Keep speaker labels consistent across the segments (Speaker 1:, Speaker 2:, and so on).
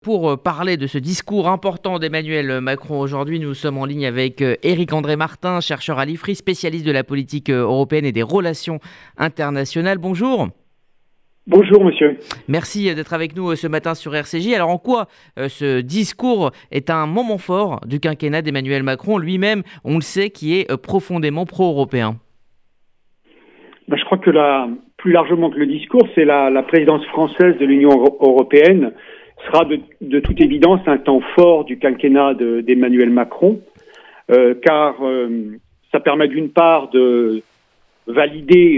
Speaker 1: Pour parler de ce discours important d'Emmanuel Macron aujourd'hui, nous sommes en ligne avec Éric-André Martin, chercheur à l'IFRI, spécialiste de la politique européenne et des relations internationales. Bonjour.
Speaker 2: Bonjour monsieur.
Speaker 1: Merci d'être avec nous ce matin sur RCJ. Alors en quoi ce discours est un moment fort du quinquennat d'Emmanuel Macron, lui-même, on le sait, qui est profondément pro-européen?
Speaker 2: Je crois que plus largement que le discours, c'est la présidence française de l'Union européenne sera de toute évidence un temps fort du quinquennat d'Emmanuel Macron, car ça permet d'une part de valider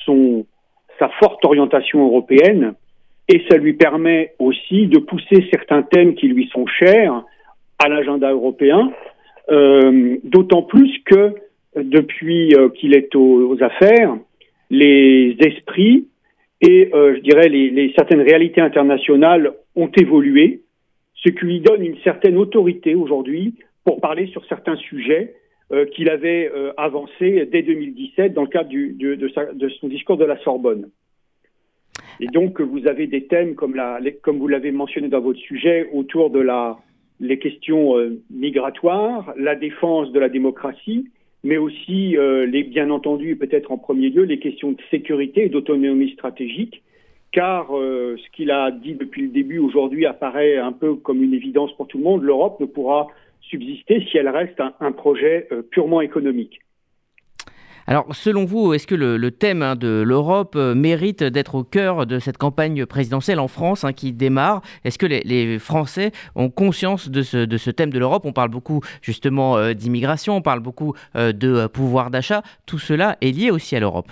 Speaker 2: sa forte orientation européenne, et ça lui permet aussi de pousser certains thèmes qui lui sont chers à l'agenda européen, d'autant plus que depuis qu'il est aux affaires, les esprits et je dirais certaines réalités internationales ont évolué, ce qui lui donne une certaine autorité aujourd'hui pour parler sur certains sujets qu'il avait avancés dès 2017 dans le cadre de son discours de la Sorbonne. Et donc vous avez des thèmes comme vous l'avez mentionné dans votre sujet autour de les questions migratoires, la défense de la démocratie, mais aussi, bien entendu, peut-être en premier lieu, les questions de sécurité et d'autonomie stratégique, car ce qu'il a dit depuis le début aujourd'hui apparaît un peu comme une évidence pour tout le monde. L'Europe ne pourra subsister si elle reste un projet purement économique.
Speaker 1: Alors, selon vous, est-ce que le thème de l'Europe mérite d'être au cœur de cette campagne présidentielle en France qui démarre? Est-ce que les Français ont conscience de ce thème de l'Europe? On parle beaucoup justement d'immigration, on parle beaucoup de pouvoir d'achat. Tout cela est lié aussi à l'Europe.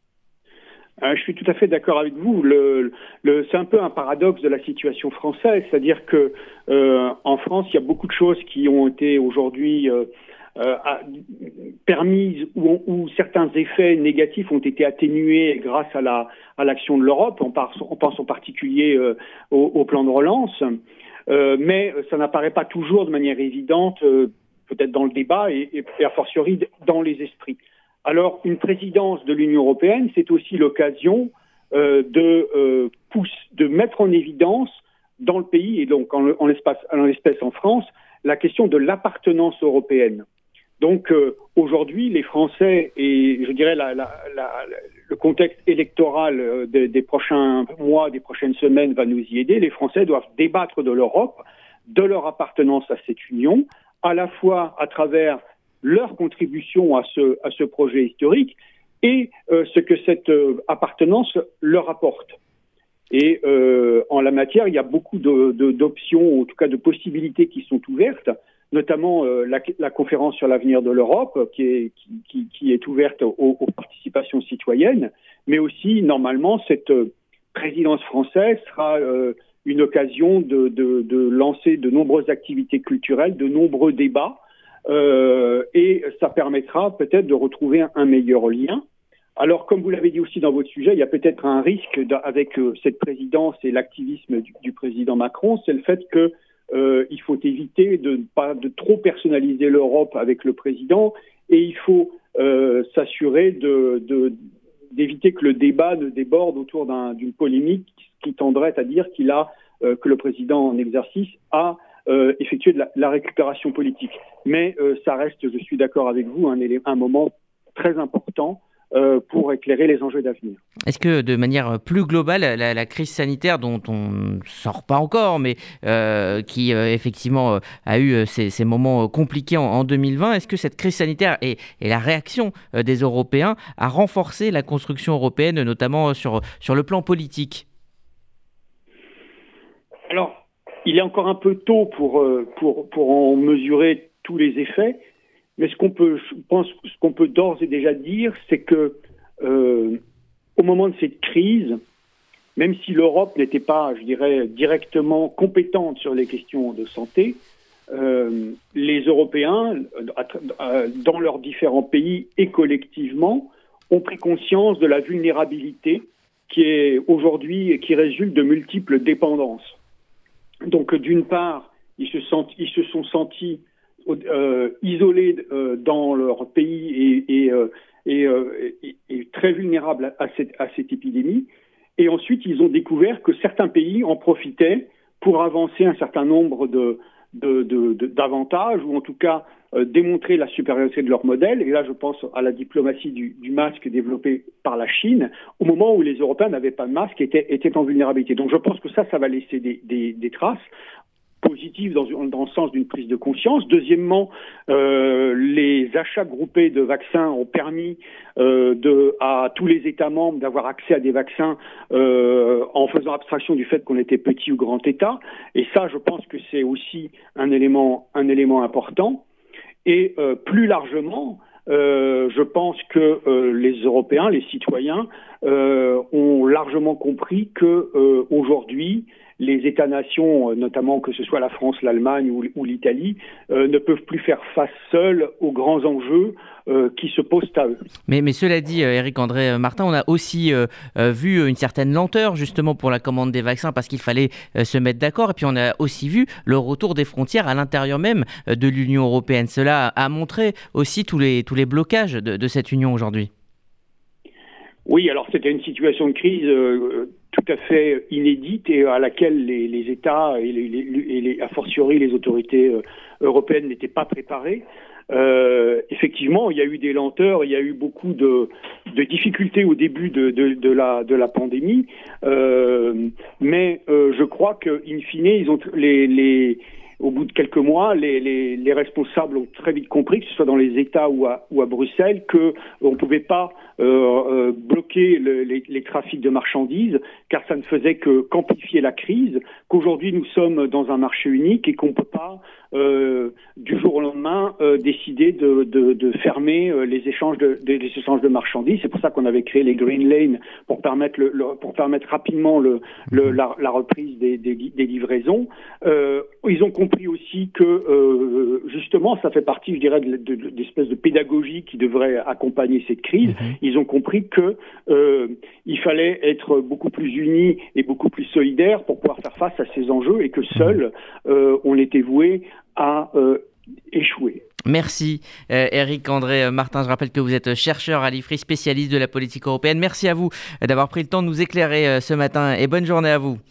Speaker 2: Je suis tout à fait d'accord avec vous. C'est un peu un paradoxe de la situation française, c'est-à-dire que en France, il y a beaucoup de choses qui ont été aujourd'hui permises où certains effets négatifs ont été atténués grâce à l'action de l'Europe. On pense en particulier au plan de relance, mais ça n'apparaît pas toujours de manière évidente, peut-être dans le débat et a fortiori dans les esprits. Alors, une présidence de l'Union européenne, c'est aussi l'occasion de mettre en évidence dans le pays, et donc en l'espèce en France, la question de l'appartenance européenne. Donc, aujourd'hui, les Français, et je dirais le contexte électoral des prochains mois, des prochaines semaines va nous y aider, les Français doivent débattre de l'Europe, de leur appartenance à cette union, à la fois à travers leur contribution à ce projet historique et ce que cette appartenance leur apporte. Et en la matière, il y a beaucoup d'options, en tout cas de possibilités qui sont ouvertes, notamment la conférence sur l'avenir de l'Europe qui est ouverte aux participations citoyennes, mais aussi, normalement, cette présidence française sera une occasion de lancer de nombreuses activités culturelles, de nombreux débats, et ça permettra peut-être de retrouver un meilleur lien. Alors, comme vous l'avez dit aussi dans votre sujet, il y a peut-être un risque avec cette présidence et l'activisme du président Macron, c'est le fait que il faut éviter de trop personnaliser l'Europe avec le président, et il faut s'assurer d'éviter que le débat ne déborde autour d'une polémique qui tendrait à dire que le président en exercice a effectué de la récupération politique. Mais ça reste, je suis d'accord avec vous, un moment très important pour éclairer les enjeux d'avenir.
Speaker 1: Est-ce que de manière plus globale, la crise sanitaire dont on ne sort pas encore, mais qui effectivement a eu ces moments compliqués en 2020, est-ce que cette crise sanitaire et la réaction des Européens a renforcé la construction européenne, notamment sur le plan politique?
Speaker 2: Alors, il est encore un peu tôt pour en mesurer tous les effets, mais je pense ce qu'on peut d'ores et déjà dire, c'est que au moment de cette crise, même si l'Europe n'était pas, je dirais, directement compétente sur les questions de santé, les Européens, dans leurs différents pays et collectivement, ont pris conscience de la vulnérabilité qui est aujourd'hui et qui résulte de multiples dépendances. Donc, d'une part, ils se sont sentis isolés dans leur pays et très vulnérables à cette épidémie. Et ensuite, ils ont découvert que certains pays en profitaient pour avancer un certain nombre d'avantages, ou en tout cas démontrer la supériorité de leur modèle. Et là, je pense à la diplomatie du masque développée par la Chine, au moment où les Européens n'avaient pas de masque, étaient en vulnérabilité. Donc je pense que ça va laisser des traces positives dans le sens d'une prise de conscience. Deuxièmement, les achats groupés de vaccins ont permis à tous les États membres d'avoir accès à des vaccins en faisant abstraction du fait qu'on était petit ou grand État. Et ça, je pense que c'est aussi un élément important. Et plus largement, je pense que les Européens, les citoyens, ont largement compris que aujourd'hui, les États-nations, notamment que ce soit la France, l'Allemagne ou l'Italie, ne peuvent plus faire face seuls aux grands enjeux qui se posent à eux.
Speaker 1: Mais cela dit, Éric-André Martin, on a aussi vu une certaine lenteur justement pour la commande des vaccins parce qu'il fallait se mettre d'accord. Et puis on a aussi vu le retour des frontières à l'intérieur même de l'Union européenne. Cela a montré aussi tous les blocages de cette union aujourd'hui.
Speaker 2: Oui, alors c'était une situation de crise tout à fait inédite et à laquelle les États et a fortiori les autorités européennes n'étaient pas préparés. Effectivement, il y a eu des lenteurs, il y a eu beaucoup de difficultés au début de la pandémie, mais je crois que in fine, au bout de quelques mois, les responsables ont très vite compris, que ce soit dans les États ou à Bruxelles, qu'on ne pouvait pas bloquer les trafics de marchandises, car ça ne faisait qu'amplifier la crise, qu'aujourd'hui nous sommes dans un marché unique et qu'on ne peut pas, du jour au lendemain, décider de fermer les échanges de marchandises. C'est pour ça qu'on avait créé les Green Lanes pour permettre rapidement la reprise des livraisons. Ils ont compris aussi que justement ça fait partie, je dirais, d'espèces de pédagogie qui devrait accompagner cette crise. Ils ont compris que il fallait être beaucoup plus unis et beaucoup plus solidaires pour pouvoir faire face à ces enjeux et que seuls on était voués à échouer.
Speaker 1: Merci Éric-André Martin. Je rappelle que vous êtes chercheur à l'IFRI, spécialiste de la politique européenne. Merci à vous d'avoir pris le temps de nous éclairer ce matin et bonne journée à vous.